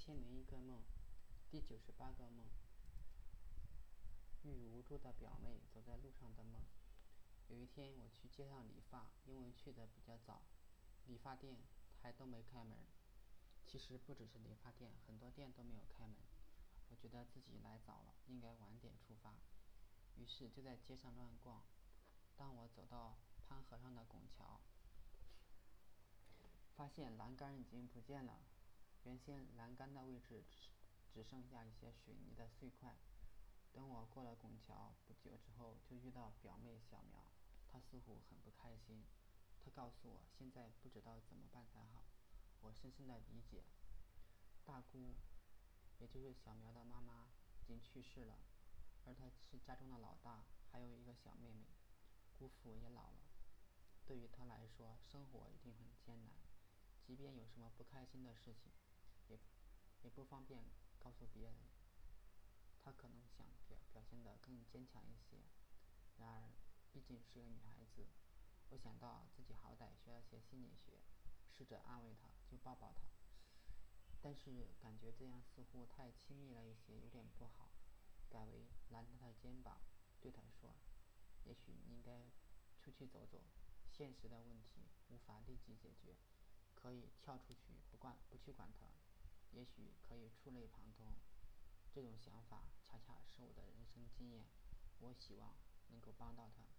1001个梦，第98个梦。与无助的表妹走在路上的梦。有一天，我去街上理发，因为去的比较早，理发店还都没开门。其实不只是理发店，很多店都没有开门。我觉得自己来早了，应该晚点出发，于是就在街上乱逛。当我走到潘河上的拱桥，发现栏杆已经不见了，原先栏杆的位置只剩下一些水泥的碎块。等我过了拱桥不久之后，就遇到表妹小苗，她似乎很不开心。她告诉我现在不知道怎么办才好。我深深的理解，大姑，也就是小苗的妈妈，已经去世了，而她是家中的老大，还有一个小妹妹，姑父也老了。对于她来说，生活一定很艰难，即便有什么不开心的事情，也也不方便告诉别人。她可能想表现得更坚强一些，然而毕竟是个女孩子。我想到自己好歹学了些心理学，试着安慰她，就抱抱她，但是感觉这样似乎太亲密了一些，有点不好，改为拦着她的肩膀，对她说：也许你应该出去走走，现实的问题无法立即解决，可以跳出去不去管它，也许可以触类旁通。这种想法恰恰是我的人生经验，我希望能够帮到他。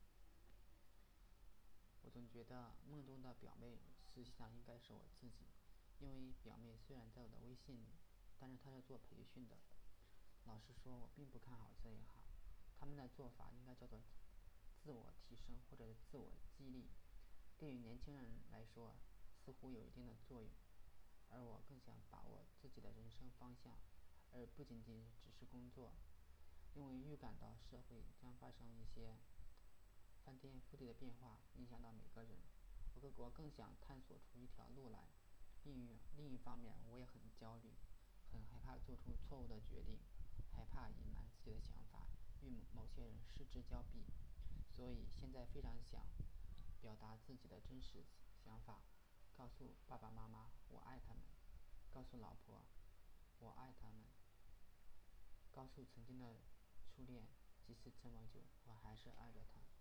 我总觉得梦中的表妹实际上应该是我自己，因为表妹虽然在我的微信里，但是她是做培训的。老实说，我并不看好这一行，他们的做法应该叫做自我提升或者是自我激励，对于年轻人来说似乎有一定的作用，而我更想把握自己的人生方向，而不仅仅只是工作。因为预感到社会将发生一些翻天覆地的变化，影响到每个人，我更想探索出一条路来。另一方面，我也很焦虑，很害怕做出错误的决定，害怕隐瞒自己的想法，与某些人失之交臂。所以现在非常想表达自己的真实想法，告诉爸爸妈妈我爱他们，告诉老婆我爱他们，告诉曾经的初恋，即使这么久，我还是爱着他。